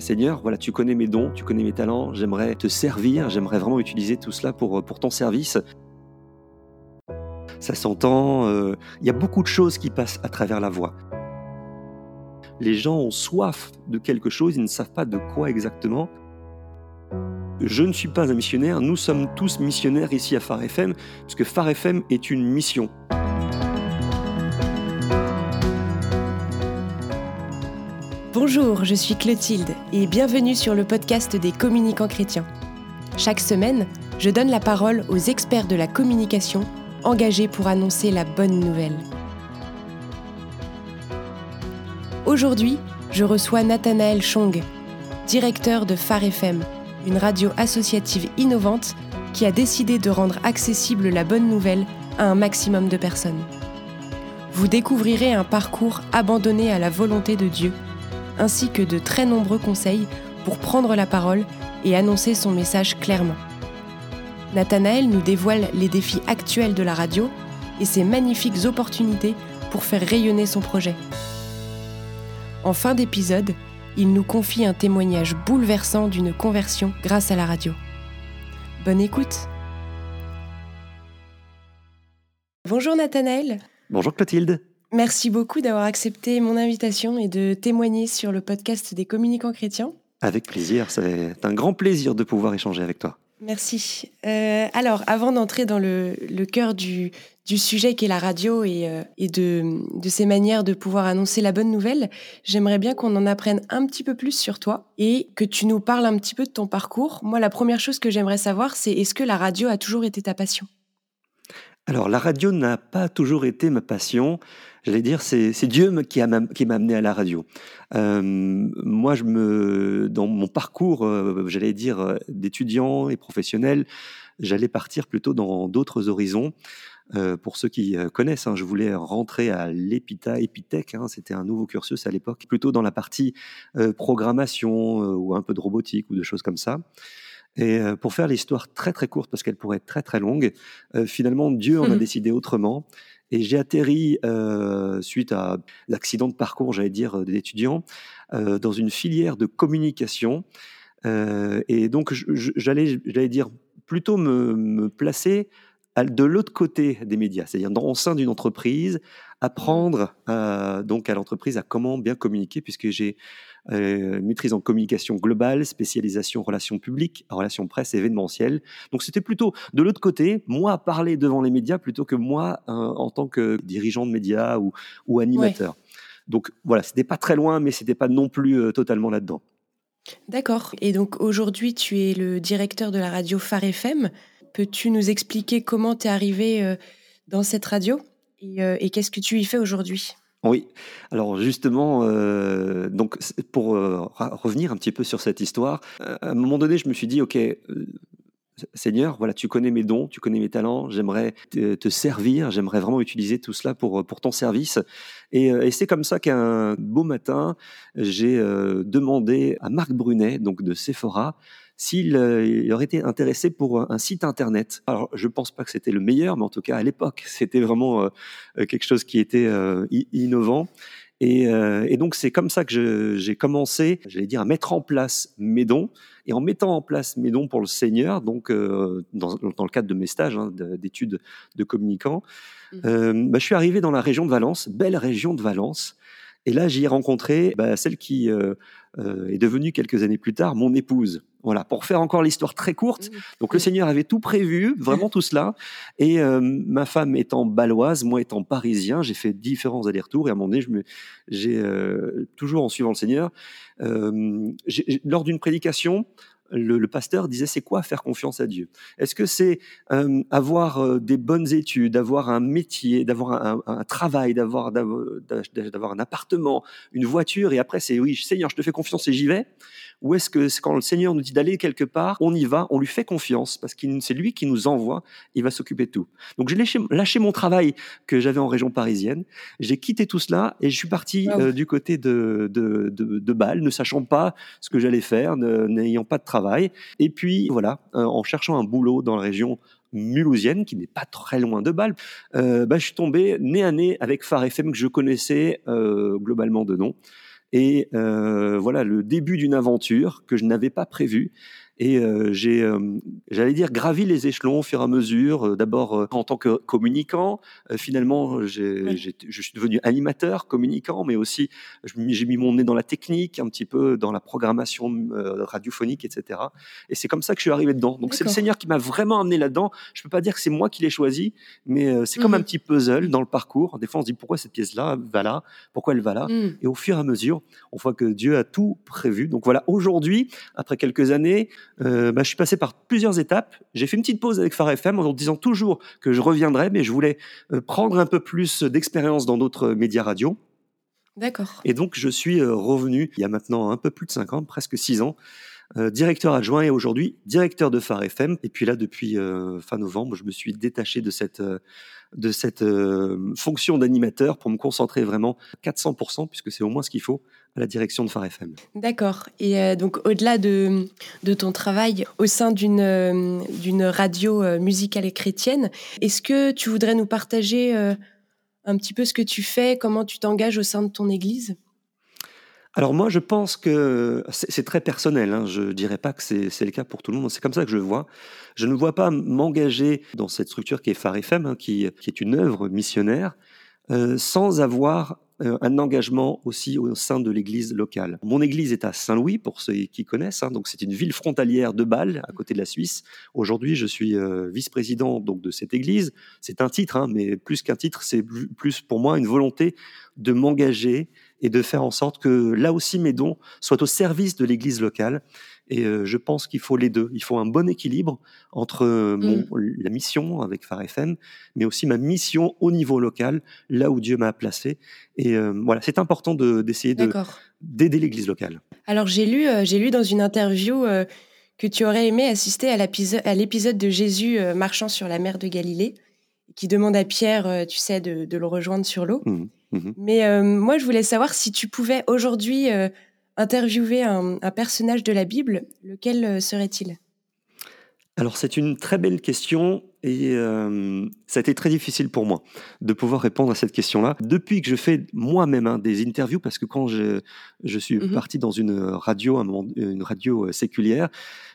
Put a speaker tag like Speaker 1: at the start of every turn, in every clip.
Speaker 1: Seigneur, voilà, tu connais mes dons, tu connais mes talents, j'aimerais te servir, j'aimerais vraiment utiliser tout cela pour ton service. Ça s'entend, il y a beaucoup de choses qui passent à travers la voix. Les gens ont soif de quelque chose, ils ne savent pas de quoi exactement. Je ne suis pas un missionnaire, nous sommes tous missionnaires ici à Phare FM, puisque Phare FM est une mission.
Speaker 2: Bonjour, je suis Clotilde et bienvenue sur le podcast des communicants chrétiens. Chaque semaine, je donne la parole aux experts de la communication engagés pour annoncer la bonne nouvelle. Aujourd'hui, je reçois Nathanaël Chong, directeur de Phare FM, une radio associative innovante qui a décidé de rendre accessible la bonne nouvelle à un maximum de personnes. Vous découvrirez un parcours abandonné à la volonté de Dieu, ainsi que de très nombreux conseils pour prendre la parole et annoncer son message clairement. Nathanaël nous dévoile les défis actuels de la radio et ses magnifiques opportunités pour faire rayonner son projet. En fin d'épisode, il nous confie un témoignage bouleversant d'une conversion grâce à la radio. Bonne écoute! Bonjour Nathanaël.
Speaker 1: Bonjour Clotilde.
Speaker 2: Merci beaucoup d'avoir accepté mon invitation et de témoigner sur le podcast des communicants chrétiens.
Speaker 1: Avec plaisir, c'est un grand plaisir de pouvoir échanger avec toi.
Speaker 2: Merci. Alors, avant d'entrer dans le cœur du sujet qu'est la radio et de ces manières de pouvoir annoncer la bonne nouvelle, j'aimerais bien qu'on en apprenne un petit peu plus sur toi et que tu nous parles un petit peu de ton parcours. Moi, la première chose que j'aimerais savoir, c'est est-ce que la radio a toujours été ta passion ?
Speaker 1: Alors, la radio n'a pas toujours été ma passion. J'allais dire, c'est Dieu qui m'a amené à la radio. Moi, dans mon parcours, j'allais dire, d'étudiant et professionnel, j'allais partir plutôt dans d'autres horizons. Pour ceux qui connaissent, je voulais rentrer à l'Epitech, c'était un nouveau cursus à l'époque, plutôt dans la partie programmation ou un peu de robotique ou de choses comme ça. Et pour faire l'histoire très très courte, parce qu'elle pourrait être très très longue, finalement Dieu en a décidé autrement. Et j'ai atterri, suite à l'accident de parcours, j'allais dire, d'étudiant, dans une filière de communication. Et donc j'allais dire, plutôt me placer de l'autre côté des médias, c'est-à-dire au sein d'une entreprise, apprendre donc à l'entreprise à comment bien communiquer, puisque j'ai maîtrise en communication globale, spécialisation relations publiques, relations presse, événementielles. Donc c'était plutôt de l'autre côté, moi parler devant les médias plutôt que moi en tant que dirigeant de médias ou animateur. Ouais. Donc voilà, c'était pas très loin, mais c'était pas non plus totalement là-dedans.
Speaker 2: D'accord. Et donc aujourd'hui, tu es le directeur de la radio Phare FM. Peux-tu nous expliquer comment tu es arrivé dans cette radio et qu'est-ce que tu y fais aujourd'hui ?
Speaker 1: Oui, alors justement, donc pour revenir un petit peu sur cette histoire, à un moment donné, je me suis dit, ok, Seigneur, voilà, tu connais mes dons, tu connais mes talents, j'aimerais te servir, j'aimerais vraiment utiliser tout cela pour ton service. Et c'est comme ça qu'un beau matin, j'ai demandé à Marc Brunet, donc de Sephora, s'il aurait été intéressé pour un site internet. Alors, je ne pense pas que c'était le meilleur, mais en tout cas, à l'époque, c'était vraiment quelque chose qui était innovant. Et donc, c'est comme ça que j'ai commencé, j'allais dire, à mettre en place mes dons. Et en mettant en place mes dons pour le Seigneur, donc dans le cadre de mes stages d'études de communicants, je suis arrivé dans la région de Valence, belle région de Valence. Et là, j'y ai rencontré celle qui est devenue quelques années plus tard mon épouse. Voilà, pour faire encore l'histoire très courte. Donc le Seigneur avait tout prévu, vraiment tout cela. Et ma femme étant baloise, moi étant parisien, j'ai fait différents allers-retours. Et à un moment donné, j'ai toujours en suivant le Seigneur, lors d'une prédication, le pasteur disait, c'est quoi faire confiance à Dieu ? Est-ce que c'est avoir des bonnes études, avoir un métier, d'avoir un travail, d'avoir un appartement, une voiture, et après c'est oui, Seigneur, je te fais confiance et j'y vais ? Ou est-ce que c'est quand le Seigneur nous dit d'aller quelque part, on y va, on lui fait confiance, parce que c'est lui qui nous envoie, il va s'occuper de tout. Donc j'ai lâché mon travail que j'avais en région parisienne, j'ai quitté tout cela et je suis parti du côté de Bâle, ne sachant pas ce que j'allais faire, n'ayant pas de travail. Et puis voilà, en cherchant un boulot dans la région mulhousienne, qui n'est pas très loin de Bâle, je suis tombé nez à nez avec Phare FM que je connaissais globalement de nom. et voilà le début d'une aventure que je n'avais pas prévue. Et j'ai, j'allais dire, gravi les échelons au fur et à mesure. D'abord en tant que communicant, finalement,
Speaker 2: Oui.
Speaker 1: je suis devenu animateur, communicant, mais aussi j'ai mis mon nez dans la technique, un petit peu dans la programmation radiophonique, etc. Et c'est comme ça que je suis arrivé dedans. Donc c'est le
Speaker 2: D'accord.
Speaker 1: Seigneur qui m'a vraiment amené là-dedans. Je peux pas dire que c'est moi qui l'ai choisi, mais c'est comme un
Speaker 2: Mmh.
Speaker 1: petit puzzle dans le parcours. Des fois, on se dit pourquoi cette pièce-là va là, pourquoi elle va là.
Speaker 2: Mmh.
Speaker 1: Et au fur et à mesure, on voit que Dieu a tout prévu. Donc voilà, aujourd'hui, après quelques années, je suis passé par plusieurs étapes. J'ai fait une petite pause avec Phare FM en disant toujours que je reviendrais, mais je voulais prendre un peu plus d'expérience dans d'autres médias radio.
Speaker 2: D'accord.
Speaker 1: Et donc, je suis revenu il y a maintenant un peu plus de 5 ans, presque 6 ans, directeur adjoint et aujourd'hui directeur de Phare FM. Et puis là, depuis fin novembre, je me suis détaché de cette fonction d'animateur pour me concentrer vraiment 400%, puisque c'est au moins ce qu'il faut, à la direction de Phare FM.
Speaker 2: D'accord. Et donc, au-delà de ton travail au sein d'une radio musicale et chrétienne, est-ce que tu voudrais nous partager un petit peu ce que tu fais, comment tu t'engages au sein de ton église?
Speaker 1: Alors moi, je pense que c'est très personnel, hein. Je dirais pas que c'est le cas pour tout le monde. C'est comme ça que je le vois. Je ne vois pas m'engager dans cette structure qui est Phare FM, hein, qui est une œuvre missionnaire, sans avoir un engagement aussi au sein de l'église locale. Mon église est à Saint-Louis, pour ceux qui connaissent, hein, donc c'est une ville frontalière de Bâle, à côté de la Suisse. Aujourd'hui, je suis vice-président donc de cette église. C'est un titre, hein, mais plus qu'un titre, c'est plus pour moi une volonté de m'engager et de faire en sorte que là aussi mes dons soient au service de l'église locale. Et je pense qu'il faut les deux. Il faut un bon équilibre entre
Speaker 2: Mmh.
Speaker 1: la mission avec Phare FM, mais aussi ma mission au niveau local, là où Dieu m'a placé. Et voilà, c'est important d'essayer
Speaker 2: D'accord.
Speaker 1: d'aider l'église locale.
Speaker 2: Alors j'ai lu dans une interview que tu aurais aimé assister à l'épisode de Jésus marchant sur la mer de Galilée, qui demande à Pierre, tu sais, de le rejoindre sur l'eau.
Speaker 1: Mhm, mhm.
Speaker 2: Mais moi, je voulais savoir si tu pouvais aujourd'hui interviewer un personnage de la Bible, lequel serait-il?
Speaker 1: Alors c'est une très belle question et ça a été très difficile pour moi de pouvoir répondre à cette question-là. Depuis que je fais moi-même des interviews, parce que quand je suis
Speaker 2: Mmh.
Speaker 1: parti dans une radio, une radio séculière,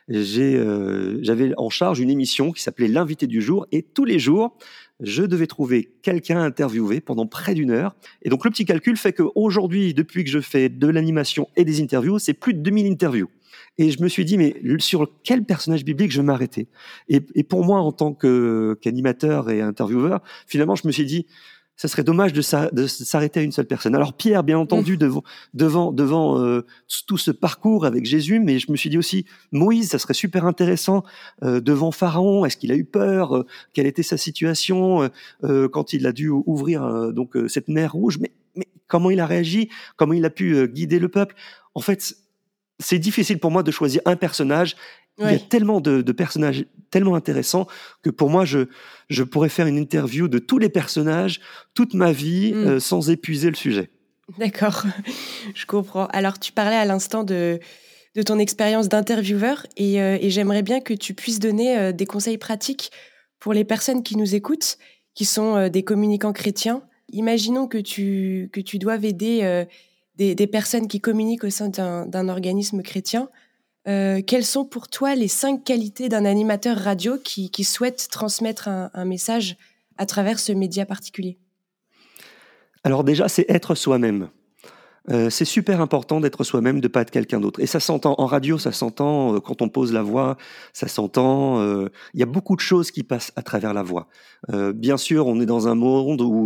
Speaker 1: j'avais en charge une émission qui s'appelait L'invité du jour et tous les jours, je devais trouver quelqu'un à interviewer pendant près d'une heure. Et donc le petit calcul fait qu'aujourd'hui, depuis que je fais de l'animation et des interviews, c'est plus de 2000 interviews. Et je me suis dit, mais sur quel personnage biblique je vais m'arrêter? Et pour moi, en tant qu'animateur et intervieweur, finalement, je me suis dit, ça serait dommage de s'arrêter à une seule personne. Alors Pierre, bien entendu,
Speaker 2: Mmh.
Speaker 1: devant tout ce parcours avec Jésus, mais je me suis dit aussi, Moïse, ça serait super intéressant devant Pharaon. Est-ce qu'il a eu peur? Quelle était sa situation quand il a dû ouvrir cette mer rouge? Mais comment il a réagi? Comment il a pu guider le peuple? En fait, c'est difficile pour moi de choisir un personnage. Il y a
Speaker 2: Ouais.
Speaker 1: tellement de personnages tellement intéressants que pour moi, je pourrais faire une interview de tous les personnages, toute ma vie,
Speaker 2: Mmh.
Speaker 1: sans épuiser le sujet.
Speaker 2: D'accord, je comprends. Alors tu parlais à l'instant de ton expérience d'intervieweur et j'aimerais bien que tu puisses donner des conseils pratiques pour les personnes qui nous écoutent, qui sont des communicants chrétiens. Imaginons que tu doives aider des personnes qui communiquent au sein d'un organisme chrétien. Quelles sont pour toi les 5 qualités d'un animateur radio qui souhaite transmettre un message à travers ce média particulier?
Speaker 1: Alors déjà, c'est être soi-même. C'est super important d'être soi-même, de pas être quelqu'un d'autre. Et ça s'entend en radio, ça s'entend quand on pose la voix, ça s'entend. Il y a beaucoup de choses qui passent à travers la voix. Bien sûr, on est dans un monde où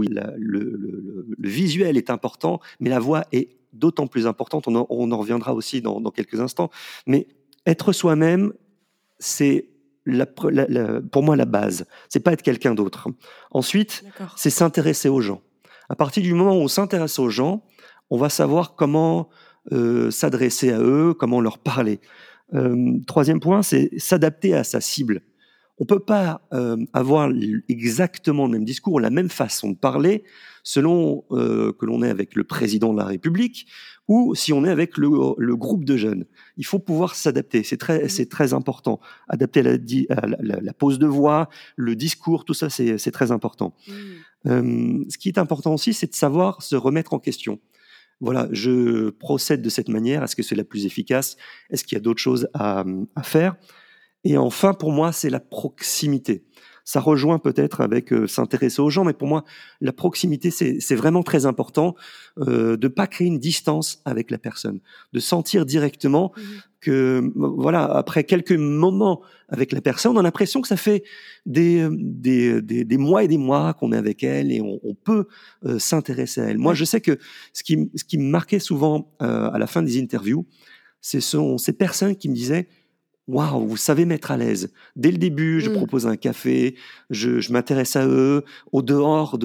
Speaker 1: le visuel est important, mais la voix est d'autant plus importante. On en reviendra aussi dans quelques instants. Mais être soi-même, c'est pour moi la base. C'est pas être quelqu'un d'autre. Ensuite,
Speaker 2: D'accord.
Speaker 1: c'est s'intéresser aux gens. À partir du moment où on s'intéresse aux gens, on va savoir comment s'adresser à eux, comment leur parler. Troisième point, c'est s'adapter à sa cible. On peut pas avoir exactement le même discours, la même façon de parler, selon que l'on est avec le président de la République ou si on est avec le groupe de jeunes. Il faut pouvoir s'adapter, c'est très important. Adapter la pose de voix, le discours, tout ça, c'est très important.
Speaker 2: Mmh.
Speaker 1: Ce qui est important aussi, c'est de savoir se remettre en question. Voilà, je procède de cette manière. Est-ce que c'est la plus efficace? Est-ce qu'il y a d'autres choses à faire? Et enfin, pour moi, c'est la proximité. Ça rejoint peut-être avec s'intéresser aux gens, mais pour moi, la proximité, c'est vraiment très important de ne pas créer une distance avec la personne, de sentir directement que, voilà, après quelques moments avec la personne, on a l'impression que ça fait des mois et des mois qu'on est avec elle et on peut s'intéresser à elle. Moi,
Speaker 2: Ouais.
Speaker 1: je sais que ce qui me marquait souvent à la fin des interviews, ce sont ces personnes qui me disaient: waouh, vous savez mettre à l'aise. Dès le début, je
Speaker 2: Mmh.
Speaker 1: propose un café, je m'intéresse à eux, au dehors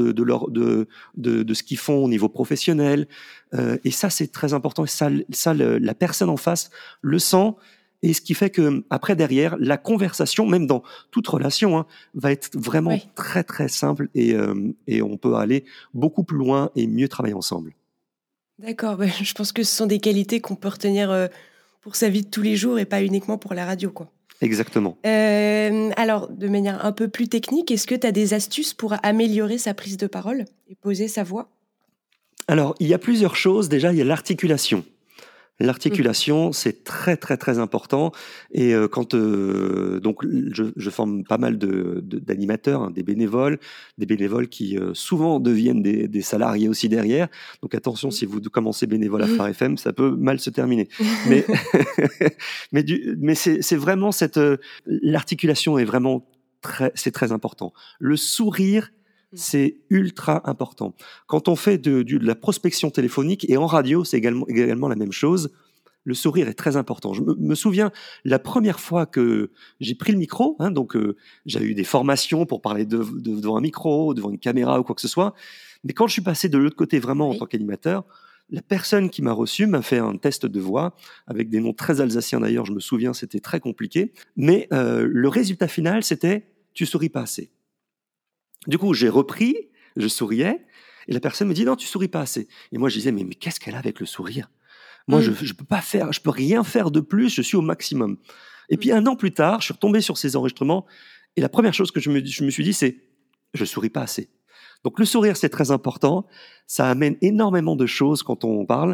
Speaker 1: de ce qu'ils font au niveau professionnel. Et ça, c'est très important. Et ça la personne en face le sent. Et ce qui fait que après, derrière, la conversation, même dans toute relation, hein, va être vraiment
Speaker 2: Ouais.
Speaker 1: très, très simple et on peut aller beaucoup plus loin et mieux travailler ensemble.
Speaker 2: D'accord, ouais, je pense que ce sont des qualités qu'on peut retenir, pour sa vie de tous les jours et pas uniquement pour la radio, quoi.
Speaker 1: Exactement.
Speaker 2: Alors de manière un peu plus technique, est-ce que tu as des astuces pour améliorer sa prise de parole et poser sa voix?
Speaker 1: Alors, il y a plusieurs choses. Déjà, il y a l'articulation.
Speaker 2: Mmh.
Speaker 1: L'articulation, c'est très, très, très important et quand, donc je forme pas mal d'animateurs, hein, des bénévoles qui, souvent deviennent des salariés aussi derrière. Donc attention,
Speaker 2: Mmh.
Speaker 1: si vous commencez bénévole à
Speaker 2: Mmh.
Speaker 1: Phare FM, ça peut mal se terminer. Mais mais c'est vraiment l'articulation est vraiment c'est très important. Le sourire,
Speaker 2: Mmh.
Speaker 1: c'est ultra important. Quand on fait de la prospection téléphonique et en radio, c'est également la même chose. Le sourire est très important. Je me souviens la première fois que j'ai pris le micro, hein, donc j'ai eu des formations pour parler devant un micro, devant une caméra ou quoi que ce soit. Mais quand je suis passé de l'autre côté vraiment en tant
Speaker 2: Oui.
Speaker 1: qu'animateur, la personne qui m'a reçu m'a fait un test de voix avec des noms très alsaciens d'ailleurs. Je me souviens, c'était très compliqué. Mais le résultat final, c'était: tu souris pas assez. Du coup, j'ai repris, je souriais, et la personne me dit: non, tu souris pas assez. Et moi, je disais: mais qu'est-ce qu'elle a avec le sourire? Moi,
Speaker 2: Mmh.
Speaker 1: je peux pas faire, je peux rien faire de plus, je suis au maximum. Et
Speaker 2: Mmh.
Speaker 1: puis 1 an plus tard, je suis retombé sur ces enregistrements et la première chose que je me suis dit, c'est: «Je souris pas assez». Donc le sourire, c'est très important, ça amène énormément de choses quand on parle,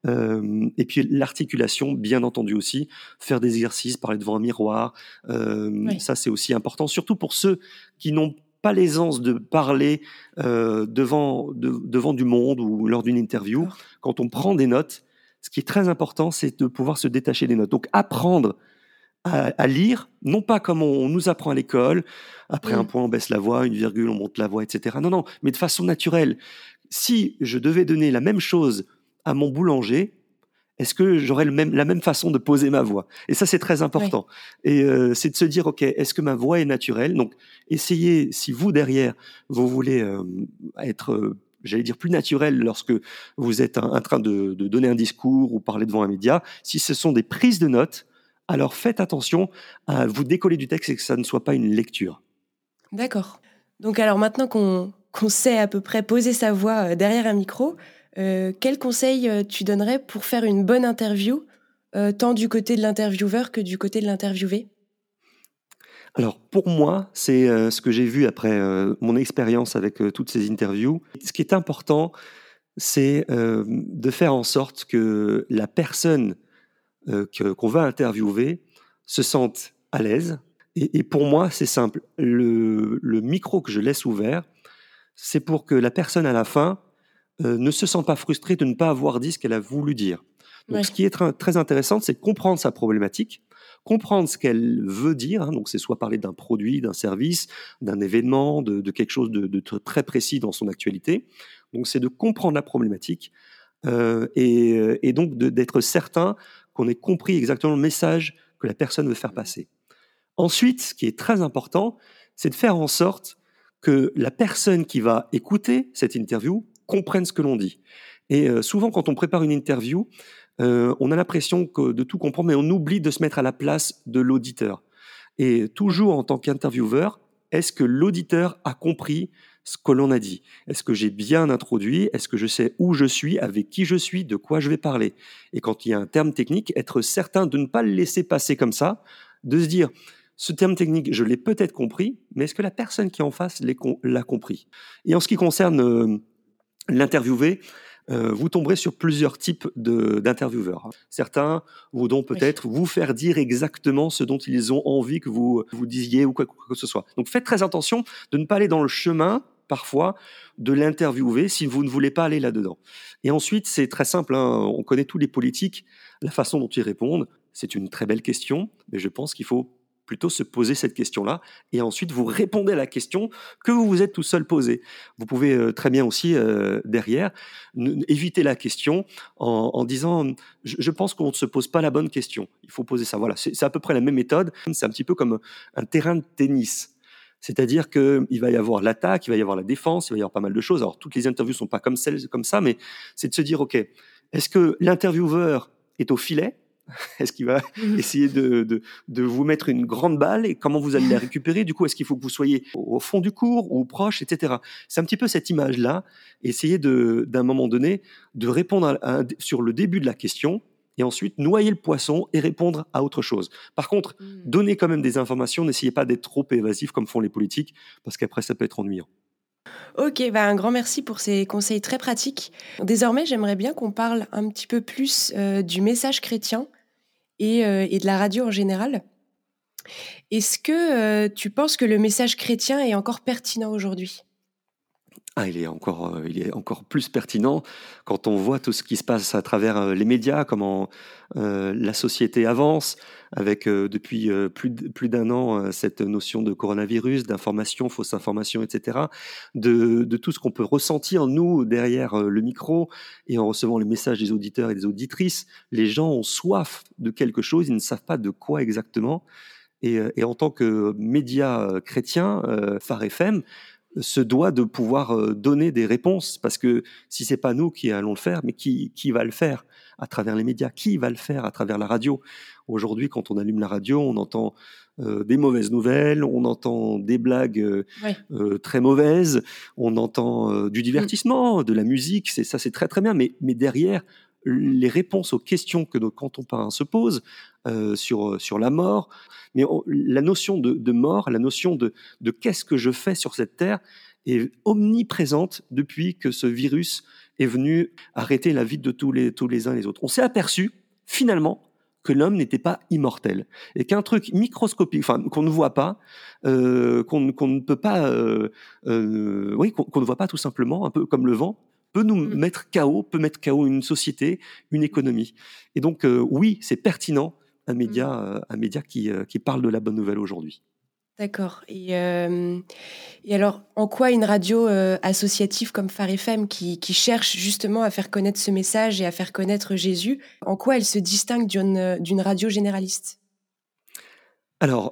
Speaker 1: et puis l'articulation, bien entendu aussi, faire des exercices, parler devant un miroir,
Speaker 2: Ouais.
Speaker 1: ça, c'est aussi important, surtout pour ceux qui n'ont pas l'aisance de parler, devant du monde ou lors d'une interview.
Speaker 2: D'accord.
Speaker 1: Quand on prend des notes, ce qui est très important, c'est de pouvoir se détacher des notes. Donc apprendre à lire, non pas comme on nous apprend à l'école, après un
Speaker 2: Mmh.
Speaker 1: point on baisse la voix, une virgule on monte la voix, et cetera. Non, non, mais de façon naturelle. Si je devais donner la même chose à mon boulanger, est-ce que j'aurais la même façon de poser ma voix? Et ça, c'est très
Speaker 2: Ouais.
Speaker 1: important. Et c'est de se dire: «OK, est-ce que ma voix est naturelle?» Donc essayez, si vous derrière, vous voulez, être, j'allais dire plus naturel lorsque vous êtes en train de donner un discours ou parler devant un média, si ce sont des prises de notes, alors faites attention à vous décoller du texte et que ça ne soit pas une lecture.
Speaker 2: D'accord. Donc alors maintenant qu'on sait à peu près poser sa voix, derrière un micro, quels conseils, tu donnerais pour faire une bonne interview, tant du côté de l'intervieweur que du côté de l'interviewé?
Speaker 1: Alors pour moi, c'est, ce que j'ai vu après, mon expérience avec, toutes ces interviews. Ce qui est important, c'est, de faire en sorte que la personne, qu'on va interviewer se sente à l'aise et pour moi, c'est simple. Le micro que je laisse ouvert, c'est pour que la personne à la fin, ne se sente pas frustrée de ne pas avoir dit ce qu'elle a voulu dire. Donc ce
Speaker 2: Ouais.
Speaker 1: qui est très intéressant, c'est comprendre sa problématique, comprendre ce qu'elle veut dire, hein, donc c'est soit parler d'un produit, d'un service, d'un événement, de quelque chose de très précis dans son actualité. Donc c'est de comprendre la problématique, et donc d'être certain qu'on ait compris exactement le message que la personne veut faire
Speaker 2: Mmh.
Speaker 1: passer. Ensuite, ce qui est très important, c'est de faire en sorte que la personne qui va écouter cette interview comprenne ce que l'on dit. Et souvent, quand on prépare une interview, on a l'impression de tout comprendre, mais on oublie de se mettre à la place de l'auditeur. Et
Speaker 2: Ouais.
Speaker 1: toujours en tant qu'intervieweur, est-ce que l'auditeur a compris ce que l'on a dit? Est-ce que j'ai bien introduit? Est-ce que je sais où je suis, avec qui je suis, de quoi je vais parler? Et quand il y a un terme technique, être certain de ne pas le laisser passer comme ça, de se dire, ce terme technique, je l'ai peut-être compris, mais est-ce que la personne qui est en face l'a compris? Et en ce qui concerne l'interviewé, vous tomberez sur plusieurs types d'intervieweurs. Certains voudront peut-être vous faire dire exactement ce dont ils ont envie que vous disiez ou quoi que ce soit. Donc faites très attention de ne pas aller dans le chemin parfois de l'interviewer si vous ne voulez pas aller là-dedans. Et ensuite, c'est très simple, on connaît tous les politiques, la façon dont ils répondent, c'est une très belle question, mais je pense qu'il faut plutôt se poser cette question-là, et ensuite vous répondez à la question que vous vous êtes tout seul posée. Vous pouvez très bien aussi, derrière, éviter la question en disant « je pense qu'on ne se pose pas la bonne question ». Il faut poser ça. Voilà, c'est à peu près la même méthode. C'est un petit peu comme un terrain de tennis. C'est-à-dire qu'il va y avoir l'attaque, il va y avoir la défense, il va y avoir pas mal de choses. Alors, toutes les interviews ne sont pas comme ça, mais c'est de se dire, OK, est-ce que l'intervieweur est au filet ? Est-ce qu'il va essayer de vous mettre une grande balle et comment vous allez la récupérer ? Du coup, est-ce qu'il faut que vous soyez au fond du cours ou proche, etc. C'est un petit peu cette image-là. Essayer d'un moment donné de répondre sur le début de la question et ensuite noyer le poisson et répondre à autre chose. Par contre, donnez quand même des informations. N'essayez pas d'être trop évasif comme font les politiques parce qu'après, ça peut être ennuyant.
Speaker 2: Ok, un grand merci pour ces conseils très pratiques. Désormais, j'aimerais bien qu'on parle un petit peu plus du message chrétien et de la radio en général. Est-ce que tu penses que le message chrétien est encore pertinent aujourd'hui ?
Speaker 1: Il est encore plus pertinent quand on voit tout ce qui se passe à travers les médias, comment la société avance, avec depuis plus d'un an cette notion de coronavirus, d'information, fausse information, etc., de tout ce qu'on peut ressentir, nous, derrière le micro, et en recevant les messages des auditeurs et des auditrices. Les gens ont soif de quelque chose, ils ne savent pas de quoi exactement. Et en tant que média chrétien, Phare FM se doit de pouvoir donner des réponses, parce que si c'est pas nous qui allons le faire, mais qui va le faire à travers les médias, qui va le faire à travers la radio? Aujourd'hui, quand on allume la radio, on entend des mauvaises nouvelles, on entend des blagues très mauvaises, on entend du divertissement, de la musique, c'est très très bien, mais derrière, les réponses aux questions que nos canton-parrains se posent sur la mort, mais la notion de mort, la notion de qu'est-ce que je fais sur cette terre est omniprésente depuis que ce virus est venu arrêter la vie de tous les uns et les autres. On s'est aperçu, finalement, que l'homme n'était pas immortel et qu'un truc microscopique, qu'on ne voit pas, qu'on ne peut pas, qu'on ne voit pas tout simplement, un peu comme le vent, peut nous mettre KO, peut mettre KO une société, une économie. Et donc, oui, c'est pertinent, un média qui parle de la bonne nouvelle aujourd'hui.
Speaker 2: D'accord. Et alors, en quoi une radio associative comme Phare FM, qui cherche justement à faire connaître ce message et à faire connaître Jésus, en quoi elle se distingue d'une radio généraliste ?
Speaker 1: Alors,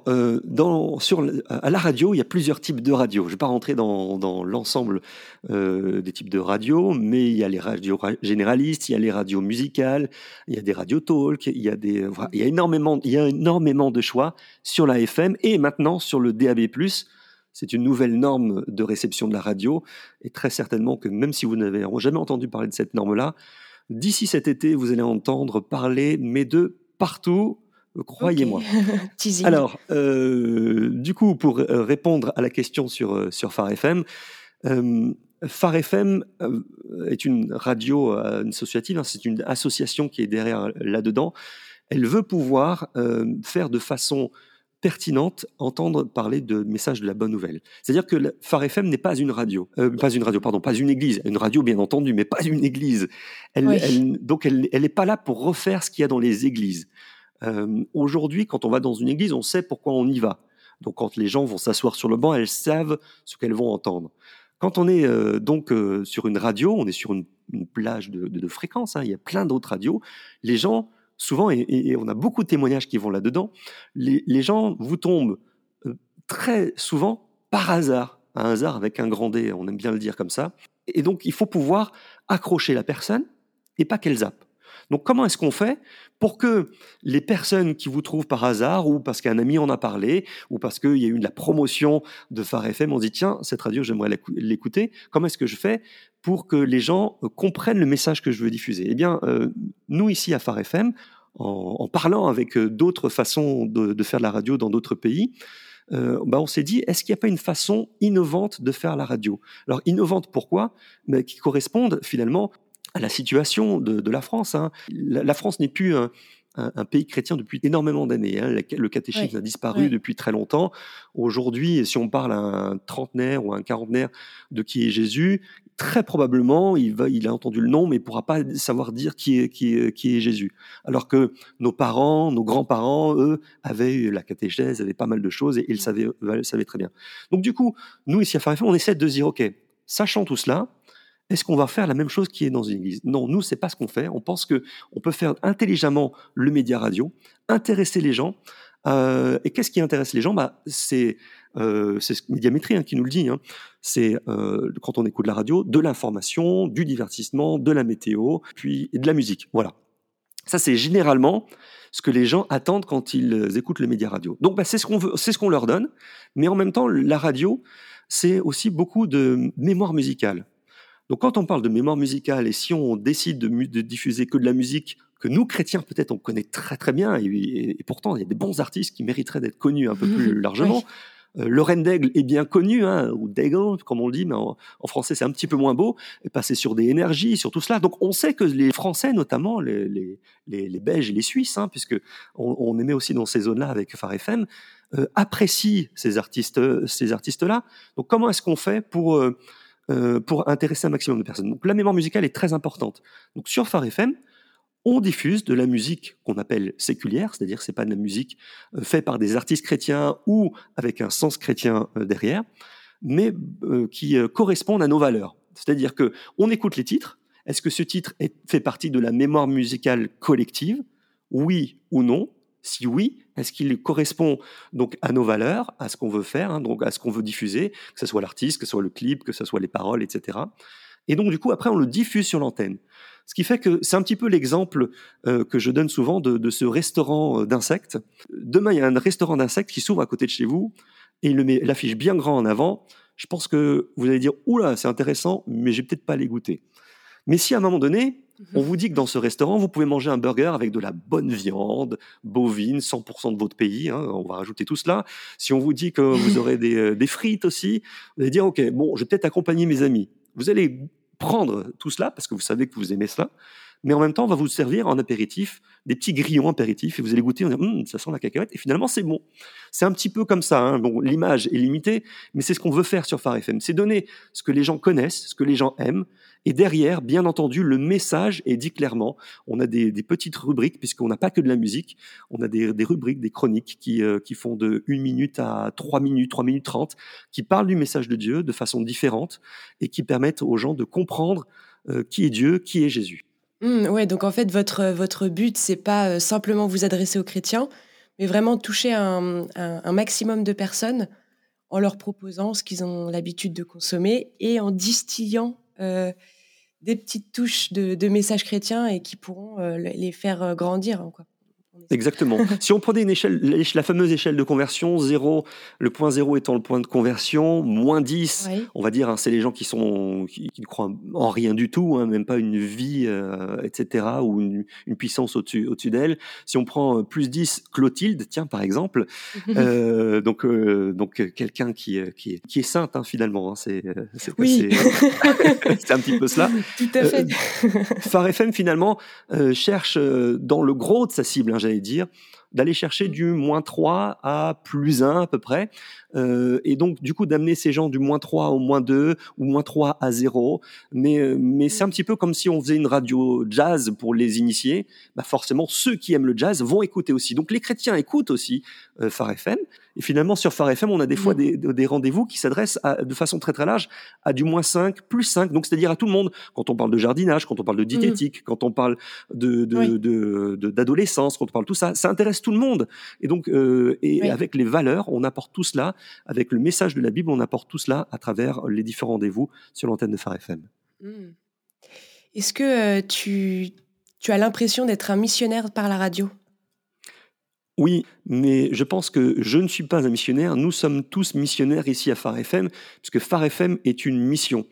Speaker 1: à la radio, il y a plusieurs types de radios. Je ne vais pas rentrer dans l'ensemble des types de radios, mais il y a les radios généralistes, il y a les radios musicales, il y a des radios talk, il y a énormément de choix sur la FM et maintenant sur le DAB+. C'est une nouvelle norme de réception de la radio et très certainement que même si vous n'avez jamais entendu parler de cette norme-là, d'ici cet été, vous allez entendre parler, mais de partout. Croyez-moi.
Speaker 2: Okay.
Speaker 1: Alors, du coup, pour répondre à la question sur Phare FM, Phare FM est une radio associative, c'est une association qui est derrière là-dedans. Elle veut pouvoir faire de façon pertinente entendre parler de messages de la bonne nouvelle. C'est-à-dire que Phare FM n'est pas une radio, pas une église. Une radio, bien entendu, mais pas une église. Donc, elle n'est pas là pour refaire ce qu'il y a dans les églises. Aujourd'hui, quand on va dans une église, on sait pourquoi on y va. Donc, quand les gens vont s'asseoir sur le banc, elles savent ce qu'elles vont entendre. Quand on est sur une radio, on est sur une plage de fréquences. Il y a plein d'autres radios. Les gens, souvent, et on a beaucoup de témoignages qui vont là-dedans, les gens vous tombent très souvent par hasard. Un hasard avec un grand D, on aime bien le dire comme ça. Et donc, il faut pouvoir accrocher la personne et pas qu'elle zappe. Donc, comment est-ce qu'on fait pour que les personnes qui vous trouvent par hasard ou parce qu'un ami en a parlé ou parce qu'il y a eu de la promotion de Phare FM, on dit tiens, cette radio, j'aimerais l'écouter. Comment est-ce que je fais pour que les gens comprennent le message que je veux diffuser ? Eh bien, nous ici à Phare FM, en parlant avec d'autres façons de faire de la radio dans d'autres pays, on s'est dit, est-ce qu'il n'y a pas une façon innovante de faire la radio ? Alors, innovante, pourquoi ? Mais qui correspondent finalement à la situation de la France. Hein. La France n'est plus un pays chrétien depuis énormément d'années. Hein. Le catéchisme a disparu depuis très longtemps. Aujourd'hui, si on parle à un trentenaire ou à un quarantenaire de qui est Jésus, très probablement, il a entendu le nom, mais il ne pourra pas savoir dire qui est Jésus. Alors que nos parents, nos grands-parents, eux, avaient eu la catéchèse, avaient pas mal de choses et ils le savaient très bien. Donc du coup, nous, ici à Phare FM, on essaie de se dire, OK, sachant tout cela, est-ce qu'on va faire la même chose qui est dans une église? Non, nous, c'est pas ce qu'on fait. On pense qu'on peut faire intelligemment le média radio, intéresser les gens. Et qu'est-ce qui intéresse les gens? C'est Médiamétrie qui nous le dit. Hein. C'est quand on écoute la radio, de l'information, du divertissement, de la météo, puis de la musique. Voilà. Ça, c'est généralement ce que les gens attendent quand ils écoutent le média radio. Donc, c'est ce qu'on leur donne. Mais en même temps, la radio, c'est aussi beaucoup de mémoire musicale. Donc quand on parle de mémoire musicale et si on décide de diffuser que de la musique que nous, chrétiens, peut-être on connaît très très bien, et pourtant il y a des bons artistes qui mériteraient d'être connus un peu plus largement. Le Reine d'Aigle est bien connu, hein, ou d'Aigle, comme on le dit, mais en français c'est un petit peu moins beau, et passer sur des énergies, sur tout cela. Donc on sait que les Français, notamment les Belges et les Suisses, hein, puisque on émet aussi dans ces zones-là avec Phare FM, apprécient ces artistes-là. Donc comment est-ce qu'on fait pour intéresser un maximum de personnes. Donc la mémoire musicale est très importante. Donc sur Phare FM, on diffuse de la musique qu'on appelle séculière, c'est-à-dire que c'est pas de la musique faite par des artistes chrétiens ou avec un sens chrétien derrière, mais qui correspondent à nos valeurs. C'est-à-dire que on écoute les titres. Est-ce que ce titre fait partie de la mémoire musicale collective? Oui ou non? Si oui, est-ce qu'il correspond donc à nos valeurs, à ce qu'on veut faire, hein, donc à ce qu'on veut diffuser, que ce soit l'artiste, que ce soit le clip, que ce soit les paroles, etc. Et donc du coup, après, on le diffuse sur l'antenne. Ce qui fait que c'est un petit peu l'exemple que je donne souvent de ce restaurant d'insectes. Demain, il y a un restaurant d'insectes qui s'ouvre à côté de chez vous et il l'affiche bien grand en avant. Je pense que vous allez dire « Oula, c'est intéressant, mais je vais peut-être pas aller goûter ». Mais si à un moment donné, on vous dit que dans ce restaurant, vous pouvez manger un burger avec de la bonne viande, bovine, 100% de votre pays, hein, on va rajouter tout cela. Si on vous dit que vous aurez des frites aussi, vous allez dire, OK, bon, je vais peut-être accompagner mes amis. Vous allez prendre tout cela parce que vous savez que vous aimez cela, mais en même temps, on va vous servir en apéritif, des petits grillons apéritifs, et vous allez goûter, on va dire, ça sent la cacahuète, et finalement, c'est bon. C'est un petit peu comme ça, hein. Bon, l'image est limitée, mais c'est ce qu'on veut faire sur Phare FM, c'est donner ce que les gens connaissent, ce que les gens aiment, et derrière, bien entendu, le message est dit clairement. On a des petites rubriques, puisqu'on n'a pas que de la musique, on a des rubriques, des chroniques qui font de 1 minute à 3 minutes, 3 minutes 30, qui parlent du message de Dieu de façon différente, et qui permettent aux gens de comprendre qui est Dieu, qui est Jésus.
Speaker 2: Ouais, donc en fait, votre but, c'est pas simplement vous adresser aux chrétiens, mais vraiment toucher un maximum de personnes en leur proposant ce qu'ils ont l'habitude de consommer et en distillant des petites touches de messages chrétiens et qui pourront les faire grandir, hein, quoi.
Speaker 1: Exactement. Si on prenait la fameuse échelle de conversion, 0, le point 0 étant le point de conversion, moins 10, on va dire, hein, c'est les gens qui ne croient en rien du tout, hein, même pas une vie, etc., ou une puissance au-dessus d'elle. Si on prend plus 10, Clotilde, tiens, par exemple, donc quelqu'un qui est sainte, hein, finalement, hein, c'est un petit peu cela.
Speaker 2: Tout à fait.
Speaker 1: Phare FM, finalement, cherche dans le gros de sa cible, hein, j'allais dire, d'aller chercher du moins 3 à plus 1 à peu près, et donc du coup d'amener ces gens du moins 3 au moins 2 ou moins 3 à 0, mais c'est un petit peu comme si on faisait une radio jazz pour les initiés. Forcément ceux qui aiment le jazz vont écouter aussi, donc les chrétiens écoutent aussi Phare FM, et finalement sur Phare FM on a des fois des rendez-vous qui s'adressent de façon très très large à du moins 5, plus 5, donc c'est-à-dire à tout le monde, quand on parle de jardinage, quand on parle de diététique, quand on parle d'adolescence, quand on parle de tout ça, ça intéresse tout le monde, et donc avec les valeurs, on apporte tout cela, avec le message de la Bible, on apporte tout cela à travers les différents rendez-vous sur l'antenne de Phare FM.
Speaker 2: Est-ce que tu as l'impression d'être un missionnaire par la radio ?
Speaker 1: Oui, mais je pense que je ne suis pas un missionnaire. Nous sommes tous missionnaires ici à Phare FM, puisque Phare FM est une mission.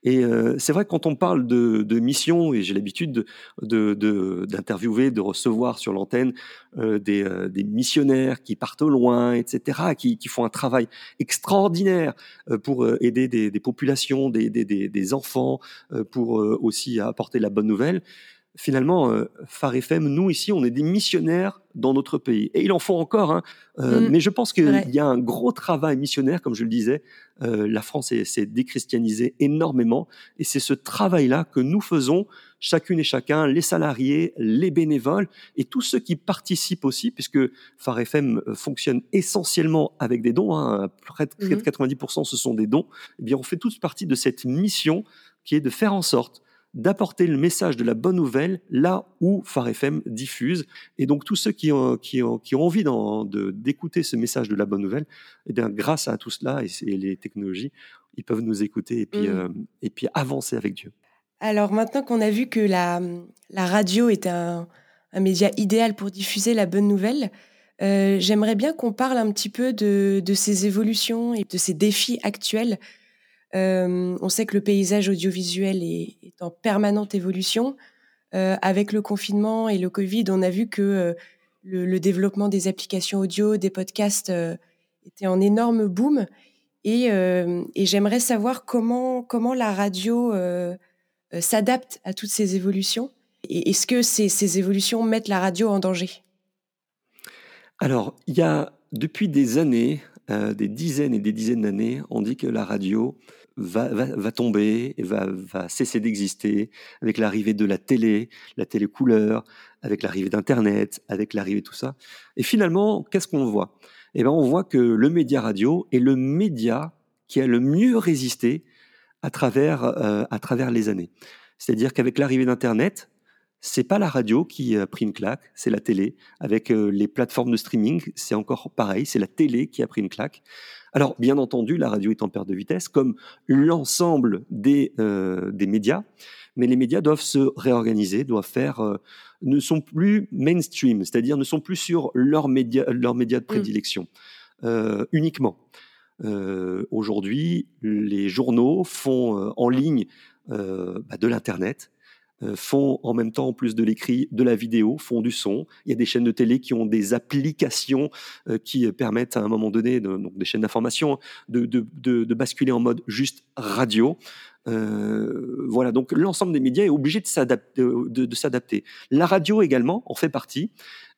Speaker 1: Et c'est vrai que quand on parle de mission, et j'ai l'habitude d'interviewer, de recevoir sur l'antenne des missionnaires qui partent au loin, etc., qui font un travail extraordinaire pour aider des populations, des enfants, pour aussi apporter la bonne nouvelle. Finalement, Phare FM, nous ici, on est des missionnaires dans notre pays. Et il en faut encore, hein. Mais je pense
Speaker 2: c'est
Speaker 1: qu'il
Speaker 2: vrai.
Speaker 1: y a un gros travail missionnaire, comme je le disais. La France s'est déchristianisée énormément. Et c'est ce travail-là que nous faisons, chacune et chacun, les salariés, les bénévoles et tous ceux qui participent aussi, puisque Phare FM fonctionne essentiellement avec des dons, hein. Près de 90%, ce sont des dons. Eh bien, on fait tous partie de cette mission qui est de faire en sorte d'apporter le message de la bonne nouvelle là où Phare FM diffuse. Et donc, tous ceux qui ont envie d'écouter ce message de la bonne nouvelle, eh bien, grâce à tout cela et les technologies, ils peuvent nous écouter et puis avancer avec Dieu.
Speaker 2: Alors maintenant qu'on a vu que la radio est un média idéal pour diffuser la bonne nouvelle, j'aimerais bien qu'on parle un petit peu de ces évolutions et de ces défis actuels. On sait que le paysage audiovisuel est en permanente évolution. Avec le confinement et le Covid, on a vu que le développement des applications audio, des podcasts était en énorme boom. Et j'aimerais savoir comment la radio s'adapte à toutes ces évolutions. Et est-ce que ces évolutions mettent la radio en danger ?
Speaker 1: Alors, il y a depuis des années, des dizaines et des dizaines d'années, on dit que la radio va tomber et va cesser d'exister avec l'arrivée de la télé couleur, avec l'arrivée d'Internet, avec l'arrivée de tout ça. Et finalement, qu'est-ce qu'on voit ? Eh bien, on voit que le média radio est le média qui a le mieux résisté à travers les années. C'est-à-dire qu'avec l'arrivée d'Internet, c'est pas la radio qui a pris une claque, c'est la télé. Avec les plateformes de streaming, c'est encore pareil, c'est la télé qui a pris une claque. Alors, bien entendu, la radio est en perte de vitesse, comme l'ensemble des médias, mais les médias doivent se réorganiser, ne sont plus mainstream, c'est-à-dire ne sont plus sur leurs médias de prédilection uniquement. Aujourd'hui, les journaux font en ligne de l'Internet, font en même temps, en plus de l'écrit, de la vidéo, font du son. Il y a des chaînes de télé qui ont des applications qui permettent à un moment donné, donc des chaînes d'information, de basculer en mode juste radio. Voilà, donc l'ensemble des médias est obligé de s'adapter. La radio également en fait partie.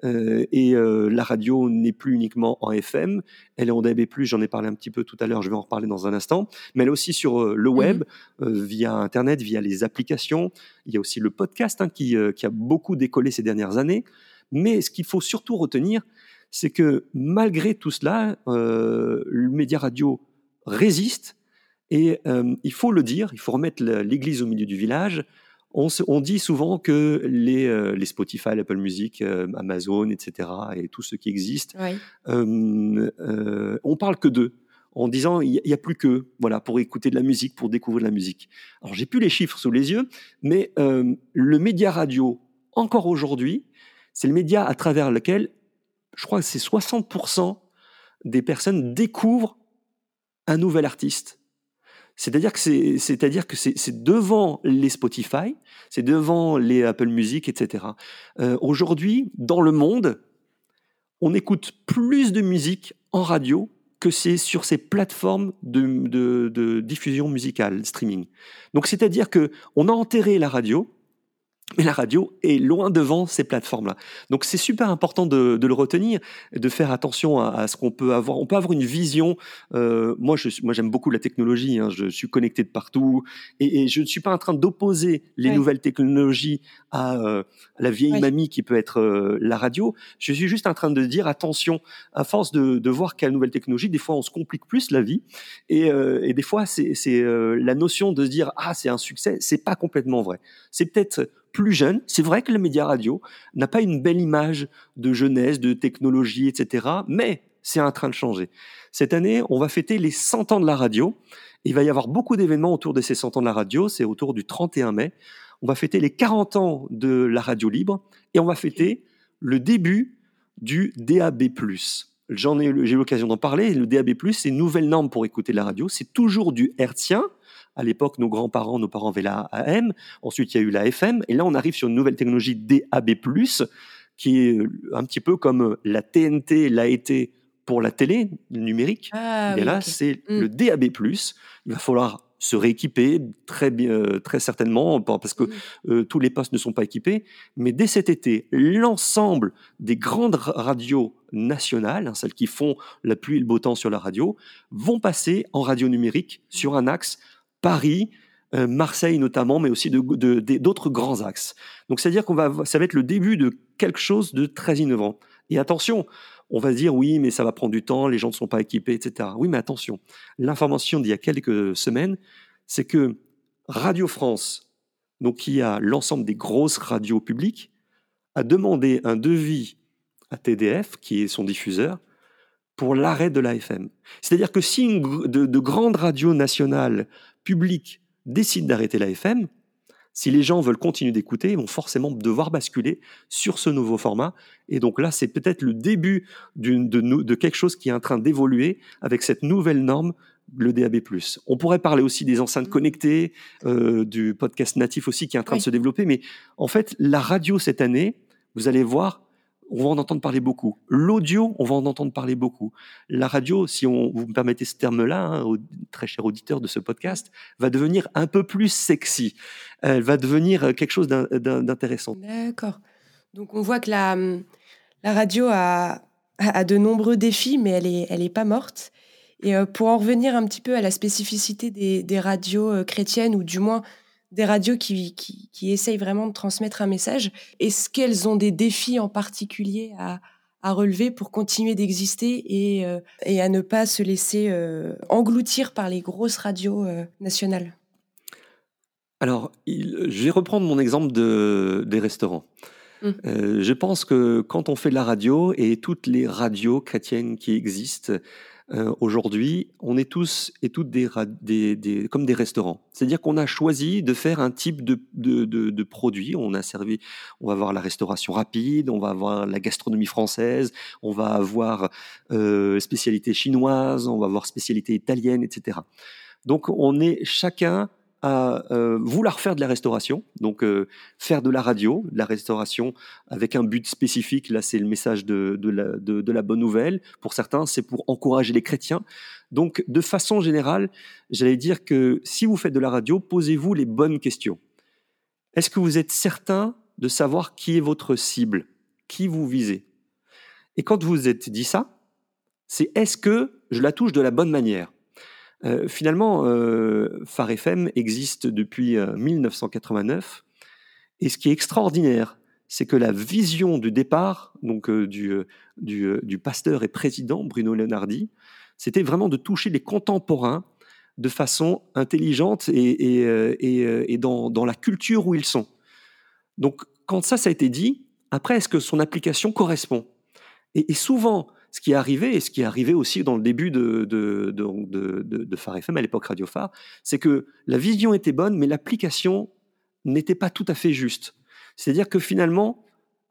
Speaker 1: La radio n'est plus uniquement en FM, elle est en DAB+, j'en ai parlé un petit peu tout à l'heure, je vais en reparler dans un instant, mais elle est aussi sur le web, via Internet, via les applications. Il y a aussi le podcast qui a beaucoup décollé ces dernières années. Mais ce qu'il faut surtout retenir, c'est que malgré tout cela, le média radio résiste. Et il faut le dire, il faut remettre l'église au milieu du village. On dit souvent que les Spotify, l'Apple Music, Amazon, etc., et tous ceux qui existent,
Speaker 2: Oui.
Speaker 1: on parle que d'eux, en disant il n'y a plus qu'eux, voilà, pour écouter de la musique, pour découvrir de la musique. Alors, j'ai plus les chiffres sous les yeux, mais le média radio, encore aujourd'hui, c'est le média à travers lequel, je crois que c'est 60% des personnes découvrent un nouvel artiste. C'est-à-dire que c'est devant les Spotify, c'est devant les Apple Music, etc. Aujourd'hui, dans le monde, on écoute plus de musique en radio que c'est sur ces plateformes de diffusion musicale, streaming. Donc, c'est-à-dire qu'on a enterré la radio, mais la radio est loin devant ces plateformes-là. Donc, c'est super important de le retenir, de faire attention à ce qu'on peut avoir. On peut avoir une vision. Moi, j'aime beaucoup la technologie. Hein, je suis connecté de partout. Et je ne suis pas en train d'opposer les nouvelles technologies à la vieille mamie qui peut être la radio. Je suis juste en train de dire, attention, à force de voir quelle nouvelle technologie, des fois, on se complique plus la vie. Et des fois, c'est la notion de se dire, ah, c'est un succès. C'est pas complètement vrai. C'est peut-être plus jeune. C'est vrai que le média radio n'a pas une belle image de jeunesse, de technologie, etc. Mais c'est en train de changer. Cette année, on va fêter les 100 ans de la radio. Il va y avoir beaucoup d'événements autour de ces 100 ans de la radio. C'est autour du 31 mai. On va fêter les 40 ans de la radio libre et on va fêter le début du DAB+. J'ai eu l'occasion d'en parler. Le DAB+, c'est une nouvelle norme pour écouter la radio. C'est toujours du hertzien, À l'époque, nos grands-parents, nos parents avaient la AM. Ensuite, il y a eu la FM. Et là, on arrive sur une nouvelle technologie DAB+, qui est un petit peu comme la TNT l'a été pour la télé numérique.
Speaker 2: Ah
Speaker 1: Bien
Speaker 2: oui,
Speaker 1: là,
Speaker 2: ok.
Speaker 1: c'est le DAB+. Il va falloir se rééquiper très certainement, parce que tous les postes ne sont pas équipés. Mais dès cet été, l'ensemble des grandes radios nationales, celles qui font la pluie et le beau temps sur la radio, vont passer en radio numérique sur un axe Paris, Marseille notamment, mais aussi d'autres grands axes. Donc c'est-à-dire ça va être le début de quelque chose de très innovant. Et attention, on va se dire oui, mais ça va prendre du temps, les gens ne sont pas équipés, etc. Oui, mais attention, l'information d'il y a quelques semaines, c'est que Radio France, donc qui a l'ensemble des grosses radios publiques, a demandé un devis à TDF, qui est son diffuseur, pour l'arrêt de la FM. C'est-à-dire que si de grandes radios nationales publiques décident d'arrêter la FM, si les gens veulent continuer d'écouter, ils vont forcément devoir basculer sur ce nouveau format. Et donc là, c'est peut-être le début de quelque chose qui est en train d'évoluer avec cette nouvelle norme, le DAB+. On pourrait parler aussi des enceintes connectées, du podcast natif aussi qui est en train de se développer. Mais en fait, la radio cette année, vous allez voir, on va en entendre parler beaucoup. L'audio, on va en entendre parler beaucoup. La radio, si vous me permettez ce terme-là, très cher auditeur de ce podcast, va devenir un peu plus sexy. Elle va devenir quelque chose d'intéressant.
Speaker 2: D'accord. Donc on voit que la radio a de nombreux défis, mais elle est pas morte. Et pour en revenir un petit peu à la spécificité des radios chrétiennes, ou du moins des radios qui essayent vraiment de transmettre un message, est-ce qu'elles ont des défis en particulier à relever pour continuer d'exister et à ne pas se laisser engloutir par les grosses radios nationales ?
Speaker 1: Alors, je vais reprendre mon exemple des restaurants. Je pense que quand on fait de la radio, et toutes les radios chrétiennes qui existent aujourd'hui, on est tous et toutes comme des restaurants. C'est-à-dire qu'on a choisi de faire un type de produit. On va avoir la restauration rapide, on va avoir la gastronomie française, on va avoir spécialité chinoise, on va avoir spécialité italienne, etc. Donc on est chacun à vouloir faire de la restauration, donc faire de la radio, de la restauration avec un but spécifique. Là, c'est le message de la bonne nouvelle. Pour certains, c'est pour encourager les chrétiens. Donc, de façon générale, j'allais dire que si vous faites de la radio, posez-vous les bonnes questions. Est-ce que vous êtes certain de savoir qui est votre cible, qui vous visez? Et quand vous vous êtes dit ça, c'est est-ce que je la touche de la bonne manière? Finalement, Phare FM existe depuis 1989, et ce qui est extraordinaire, c'est que la vision du départ, donc du pasteur et président Bruno Leonardi, c'était vraiment de toucher les contemporains de façon intelligente et dans la culture où ils sont. Donc, quand ça a été dit, après, est-ce que son application correspond? Et souvent, ce qui est arrivé, et ce qui est arrivé aussi dans le début de Phare FM, à l'époque Radio Phare, c'est que la vision était bonne, mais l'application n'était pas tout à fait juste. C'est-à-dire que finalement,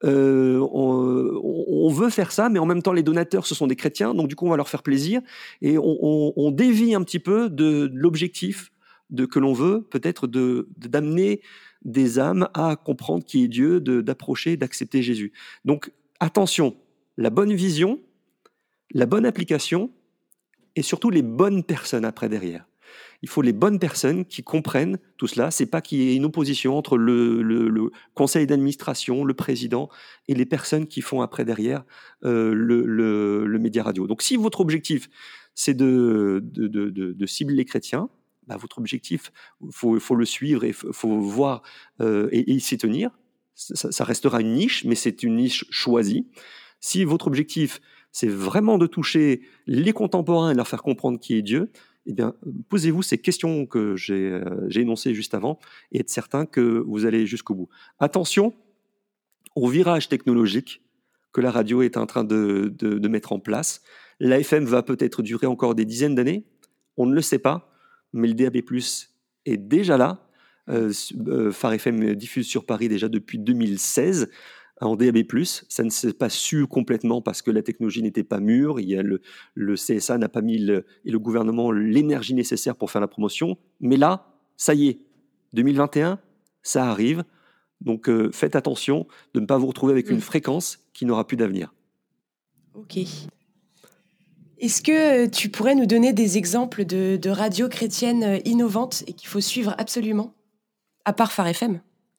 Speaker 1: on veut faire ça, mais en même temps, les donateurs, ce sont des chrétiens, donc du coup, on va leur faire plaisir, et on dévie un petit peu de l'objectif que l'on veut, peut-être d'amener des âmes à comprendre qui est Dieu, d'approcher, d'accepter Jésus. Donc, attention, la bonne vision, la bonne application, et surtout les bonnes personnes après derrière. Il faut les bonnes personnes qui comprennent tout cela. C'est pas qu'il y ait une opposition entre le conseil d'administration, le président, et les personnes qui font après derrière le média radio. Donc si votre objectif, c'est de cibler les chrétiens, bah, votre objectif, faut le suivre et faut voir et y s'y tenir. Ça restera une niche, mais c'est une niche choisie. Si votre objectif, c'est vraiment de toucher les contemporains et leur faire comprendre qui est Dieu, eh bien, posez-vous ces questions que j'ai énoncées juste avant et être certain que vous allez jusqu'au bout. Attention au virage technologique que la radio est en train de mettre en place. L'AFM va peut-être durer encore des dizaines d'années, on ne le sait pas, mais le DAB+ est déjà là. Phare FM diffuse sur Paris déjà depuis 2016. En DAB+, ça ne s'est pas su complètement parce que la technologie n'était pas mûre. Il y a le CSA n'a pas mis et le gouvernement l'énergie nécessaire pour faire la promotion. Mais là, ça y est, 2021, ça arrive. Donc faites attention de ne pas vous retrouver avec une fréquence qui n'aura plus d'avenir.
Speaker 2: Ok. Est-ce que tu pourrais nous donner des exemples de radios chrétiennes innovantes et qu'il faut suivre absolument, à part Phare FM?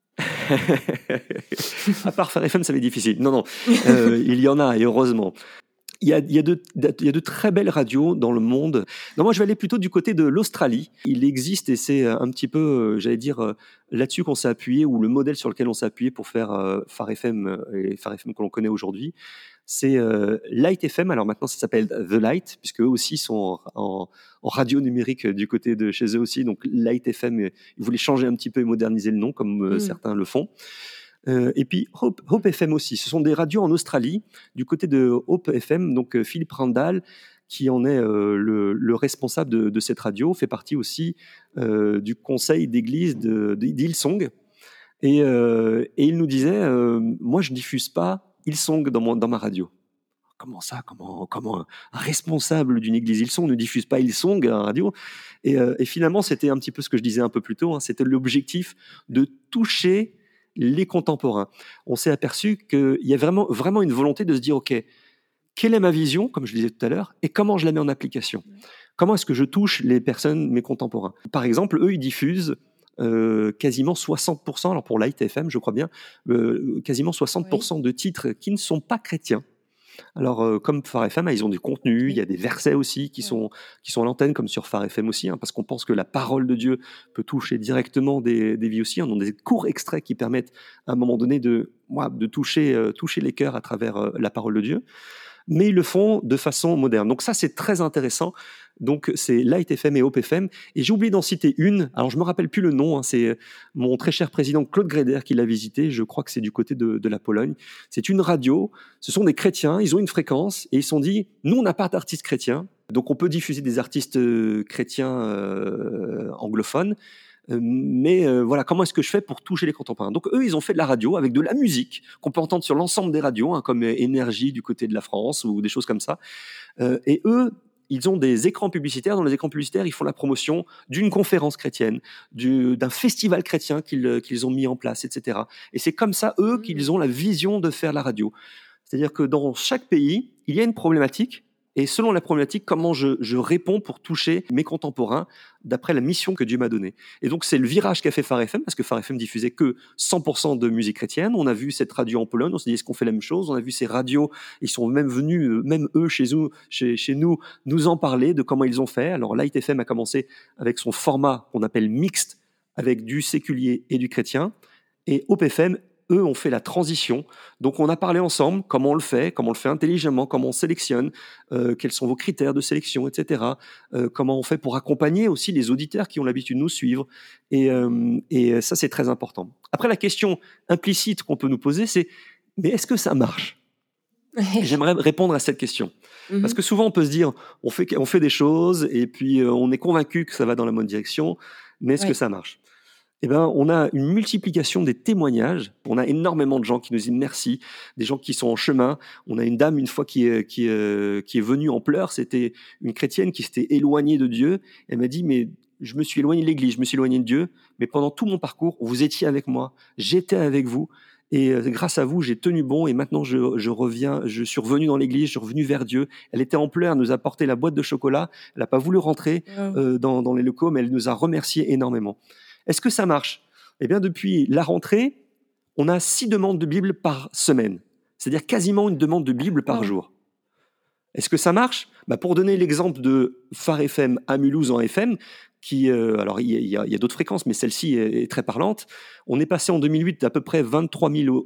Speaker 1: À part Phare FM, ça va être difficile. Non, il y en a, et heureusement. Il y a de très belles radios dans le monde. Non, moi, je vais aller plutôt du côté de l'Australie. Il existe, et c'est un petit peu, là-dessus qu'on s'est appuyé, ou le modèle sur lequel on s'est appuyé pour faire Phare FM, et Phare FM que l'on connaît aujourd'hui. C'est Light FM. Alors maintenant, ça s'appelle The Light, puisque eux aussi sont en radio numérique du côté de chez eux aussi. Donc Light FM, ils voulaient changer un petit peu et moderniser le nom, comme certains le font. Et puis Hope FM aussi. Ce sont des radios en Australie, du côté de Hope FM. Donc Philippe Randall, qui en est le responsable de cette radio, fait partie aussi du conseil d'église d'Hillsong. Et il nous disait, moi je diffuse pas Hillsong dans ma radio. Comment ça? Comment un responsable d'une église Hillsong ne diffuse pas Hillsong à la radio? Et finalement, c'était un petit peu ce que je disais un peu plus tôt, hein, c'était l'objectif de toucher les contemporains. On s'est aperçu qu'il y a vraiment une volonté de se dire, OK, quelle est ma vision, comme je disais tout à l'heure, et comment je la mets en application? Comment est-ce que je touche les personnes, mes contemporains? Par exemple, eux, ils diffusent quasiment 60%, alors pour Light FM, je crois bien, quasiment 60% de titres qui ne sont pas chrétiens. Alors, comme Phare FM, ils ont du contenu, il y a des versets aussi qui sont à l'antenne, comme sur Phare FM aussi, hein, parce qu'on pense que la parole de Dieu peut toucher directement des vies aussi. On a des courts extraits qui permettent, à un moment donné, de toucher les cœurs à travers la parole de Dieu. Mais ils le font de façon moderne. Donc ça, c'est très intéressant. Donc c'est Light FM et Hope FM. Et j'ai oublié d'en citer une. Alors je me rappelle plus le nom. Hein. C'est mon très cher président Claude Gréder qui l'a visité. Je crois que c'est du côté de la Pologne. C'est une radio. Ce sont des chrétiens. Ils ont une fréquence et ils se sont dit, nous, on n'a pas d'artistes chrétiens. Donc on peut diffuser des artistes chrétiens anglophones. Mais voilà, comment est-ce que je fais pour toucher les contemporains? Donc eux, ils ont fait de la radio avec de la musique qu'on peut entendre sur l'ensemble des radios, hein, comme Énergie du côté de la France ou des choses comme ça. Et eux, ils ont des écrans publicitaires. Dans les écrans publicitaires, ils font la promotion d'une conférence chrétienne, d'un festival chrétien qu'ils ont mis en place, etc. Et c'est comme ça, eux, qu'ils ont la vision de faire la radio. C'est-à-dire que dans chaque pays, il y a une problématique. Et selon la problématique, comment je réponds pour toucher mes contemporains d'après la mission que Dieu m'a donnée. Et donc, c'est le virage qu'a fait Phare FM, parce que Phare FM diffusait que 100% de musique chrétienne. On a vu cette radio en Pologne, on s'est dit, est-ce qu'on fait la même chose? On a vu ces radios, ils sont même venus, même eux, chez nous, nous en parler de comment ils ont fait. Alors, Light FM a commencé avec son format qu'on appelle mixte, avec du séculier et du chrétien. Et Hope FM, eux ont fait la transition. Donc, on a parlé ensemble, comment on le fait intelligemment, comment on sélectionne, quels sont vos critères de sélection, etc. Comment on fait pour accompagner aussi les auditeurs qui ont l'habitude de nous suivre. Et ça, c'est très important. Après, la question implicite qu'on peut nous poser, c'est « mais est-ce que ça marche ?» J'aimerais répondre à cette question. Parce que souvent, on peut se dire on fait des choses et puis on est convaincu que ça va dans la bonne direction, mais est-ce que ça marche? Eh ben, on a une multiplication des témoignages. On a énormément de gens qui nous disent merci, des gens qui sont en chemin. On a une dame, une fois, qui est venue en pleurs. C'était une chrétienne qui s'était éloignée de Dieu. Elle m'a dit, mais je me suis éloignée de l'Église, je me suis éloignée de Dieu, mais pendant tout mon parcours, vous étiez avec moi, j'étais avec vous. Et grâce à vous, j'ai tenu bon et maintenant je reviens, je suis revenu dans l'église, je suis revenu vers Dieu. Elle était en pleurs, elle nous a apporté la boîte de chocolat. Elle n'a pas voulu rentrer dans les locaux, mais elle nous a remercié énormément. Est-ce que ça marche? Eh bien, depuis la rentrée, on a 6 demandes de Bible par semaine. C'est-à-dire quasiment une demande de Bible par jour. Est-ce que ça marche? Pour donner l'exemple de Phare FM à Mulhouse en FM, alors il y a d'autres fréquences, mais celle-ci est très parlante. On est passé en 2008 d'à peu près 23 000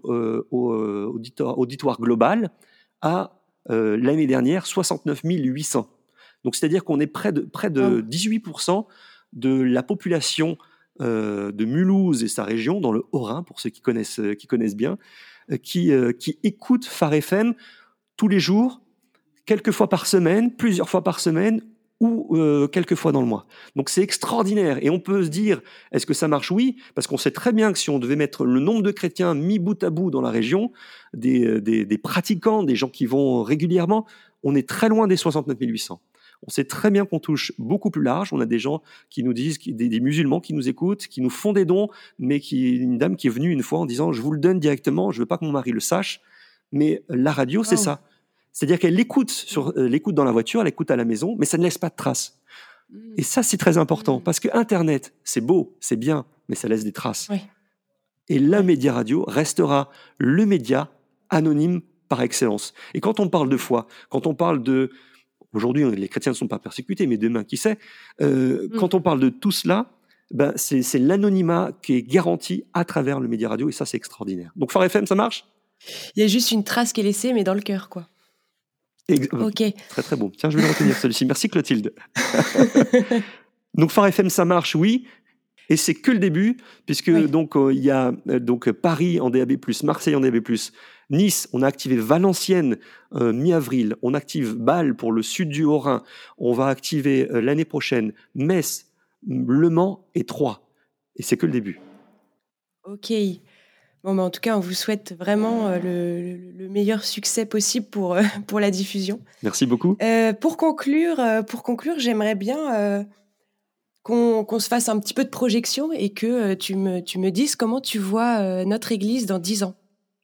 Speaker 1: auditoires global à l'année dernière 69 800. Donc c'est-à-dire qu'on est près de 18% de la population de Mulhouse et sa région, dans le Haut-Rhin, pour ceux qui connaissent bien, qui écoutent Phare FM tous les jours, quelques fois par semaine, plusieurs fois par semaine, ou quelques fois dans le mois. Donc c'est extraordinaire. Et on peut se dire, est-ce que ça marche? Oui, parce qu'on sait très bien que si on devait mettre le nombre de chrétiens mis bout à bout dans la région, des pratiquants, des gens qui vont régulièrement, on est très loin des 69 800. On sait très bien qu'on touche beaucoup plus large. On a des gens qui nous disent, des musulmans qui nous écoutent, qui nous font des dons, mais une dame qui est venue une fois en disant « je vous le donne directement, je veux pas que mon mari le sache ». Mais la radio, c'est ça. C'est-à-dire qu'elle l'écoute, l'écoute dans la voiture, elle l'écoute à la maison, mais ça ne laisse pas de traces. Et ça, c'est très important, parce que Internet, c'est beau, c'est bien, mais ça laisse des traces.
Speaker 2: Oui.
Speaker 1: Et la média radio restera le média anonyme par excellence. Et quand on parle de foi, quand on parle de... Aujourd'hui, les chrétiens ne sont pas persécutés, mais demain, qui sait, quand on parle de tout cela, ben, c'est l'anonymat qui est garanti à travers le média radio, et ça, c'est extraordinaire. Donc, Phare FM, ça marche ?
Speaker 2: Il y a juste une trace qui est laissée, mais dans le cœur, quoi. Ok.
Speaker 1: Très, très beau. Tiens, je vais le retenir, celui-ci. Merci, Clotilde. Donc, Phare FM, ça marche, oui. Et c'est que le début, puisque donc il y a donc Paris en DAB+, Marseille en DAB+, Nice, on a activé Valenciennes mi-avril, on active Bâle pour le sud du Haut-Rhin, on va activer l'année prochaine Metz, Le Mans et Troyes. Et c'est que le début.
Speaker 2: Ok. Bon, bah en tout cas, on vous souhaite vraiment le meilleur succès possible pour la diffusion.
Speaker 1: Merci beaucoup.
Speaker 2: Pour conclure, j'aimerais bien qu'on se fasse un petit peu de projection et que tu me dises comment tu vois notre Église dans 10 ans.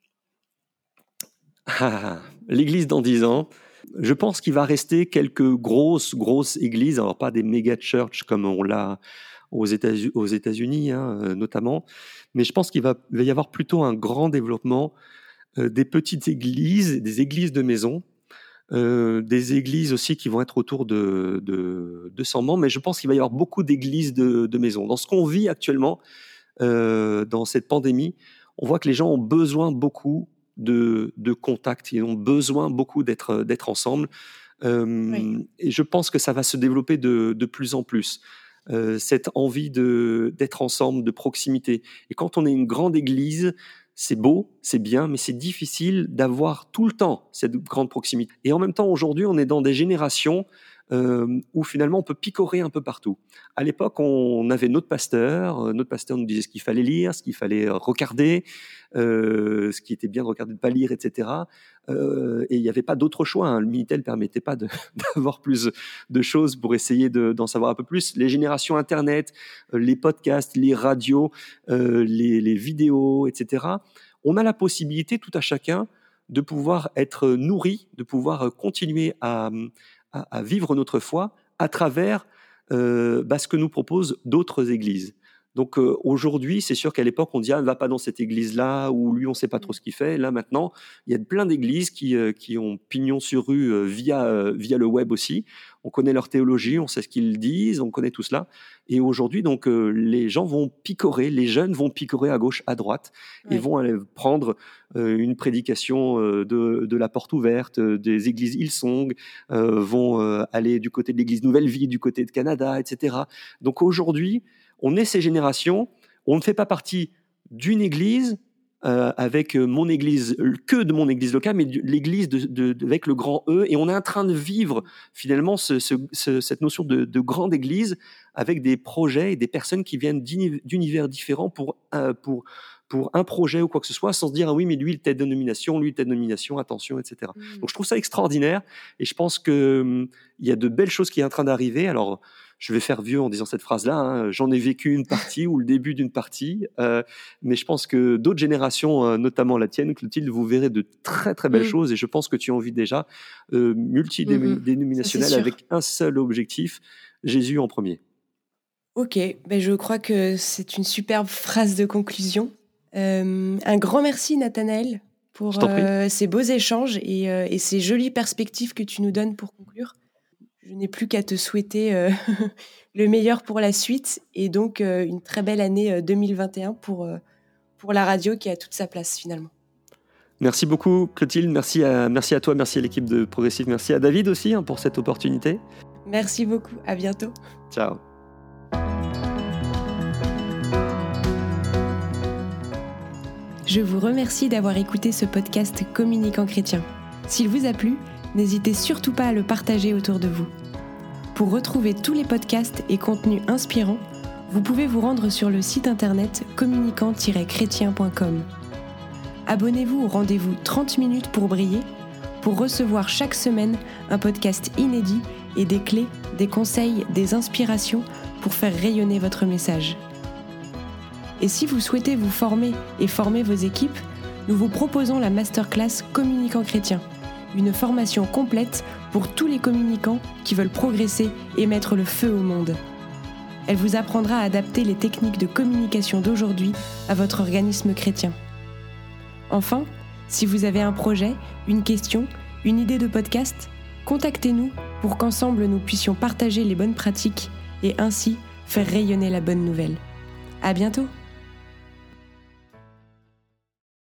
Speaker 1: L'Église dans 10 ans, je pense qu'il va rester quelques grosses églises, alors pas des méga church comme on l'a aux États-Unis notamment, mais je pense qu'il va y avoir plutôt un grand développement des petites églises, des églises de maison, des églises aussi qui vont être autour de 200 membres, mais je pense qu'il va y avoir beaucoup d'églises de maison. Dans ce qu'on vit actuellement, dans cette pandémie, on voit que les gens ont besoin beaucoup de contact, ils ont besoin beaucoup d'être ensemble, et je pense que ça va se développer de plus en plus. Cette envie d'être ensemble, de proximité. Et quand on est une grande église, c'est beau, c'est bien, mais c'est difficile d'avoir tout le temps cette grande proximité. Et en même temps, aujourd'hui, on est dans des générations où finalement on peut picorer un peu partout. À l'époque, on avait notre pasteur nous disait ce qu'il fallait lire, ce qu'il fallait regarder, ce qui était bien de regarder, de ne pas lire, etc. Et il n'y avait pas d'autre choix. Le Minitel ne permettait pas d'avoir plus de choses pour essayer d'en savoir un peu plus. Les générations Internet, les podcasts, les radios, les vidéos, etc. On a la possibilité, tout à chacun, de pouvoir être nourri, de pouvoir continuer à vivre notre foi à travers ce que nous proposent d'autres églises. Donc aujourd'hui, c'est sûr qu'à l'époque, on dit « ne va pas dans cette église-là » ou « lui, on ne sait pas trop ce qu'il fait ». Là, maintenant, il y a plein d'églises qui ont pignon sur rue via le web aussi. On connaît leur théologie, on sait ce qu'ils disent, on connaît tout cela. Et aujourd'hui, donc, les gens vont picorer, les jeunes vont picorer à gauche, à droite, et vont aller prendre une prédication de la porte ouverte, des églises Hillsong, vont aller du côté de l'église Nouvelle Vie, du côté de Canada, etc. Donc aujourd'hui, on est ces générations, on ne fait pas partie d'une église avec mon église, que de mon église locale, mais l'église avec le grand E, et on est en train de vivre finalement cette notion de grande église avec des projets et des personnes qui viennent d'univers différents pour un projet ou quoi que ce soit, sans se dire « ah oui, mais lui, telle dénomination, lui, telle dénomination, attention, etc. » Donc je trouve ça extraordinaire, et je pense qu'il y a de belles choses qui sont en train d'arriver. Alors, je vais faire vieux en disant cette phrase-là, j'en ai vécu une partie ou le début d'une partie, mais je pense que d'autres générations, notamment la tienne, Clotilde, vous verrez de très très belles choses, et je pense que tu en vis déjà multidénominationnel avec un seul objectif, Jésus en premier.
Speaker 2: Ok, je crois que c'est une superbe phrase de conclusion. Un grand merci Nathanaël pour ces beaux échanges et ces jolies perspectives que tu nous donnes pour conclure. Je n'ai plus qu'à te souhaiter le meilleur pour la suite, et donc une très belle année 2021 pour la radio qui a toute sa place finalement.
Speaker 1: Merci beaucoup Clotilde, merci à toi, merci à l'équipe de Progressive, merci à David aussi pour cette opportunité.
Speaker 2: Merci beaucoup, à bientôt.
Speaker 1: Ciao.
Speaker 2: Je vous remercie d'avoir écouté ce podcast Communicant Chrétien. S'il vous a plu, n'hésitez surtout pas à le partager autour de vous. Pour retrouver tous les podcasts et contenus inspirants, vous pouvez vous rendre sur le site internet communicant-chrétien.com. Abonnez-vous au rendez-vous 30 minutes pour briller, pour recevoir chaque semaine un podcast inédit et des clés, des conseils, des inspirations pour faire rayonner votre message. Et si vous souhaitez vous former et former vos équipes, nous vous proposons la masterclass Communicant chrétien, une formation complète pour tous les communicants qui veulent progresser et mettre le feu au monde. Elle vous apprendra à adapter les techniques de communication d'aujourd'hui à votre organisme chrétien. Enfin, si vous avez un projet, une question, une idée de podcast, contactez-nous pour qu'ensemble nous puissions partager les bonnes pratiques et ainsi faire rayonner la bonne nouvelle. À bientôt!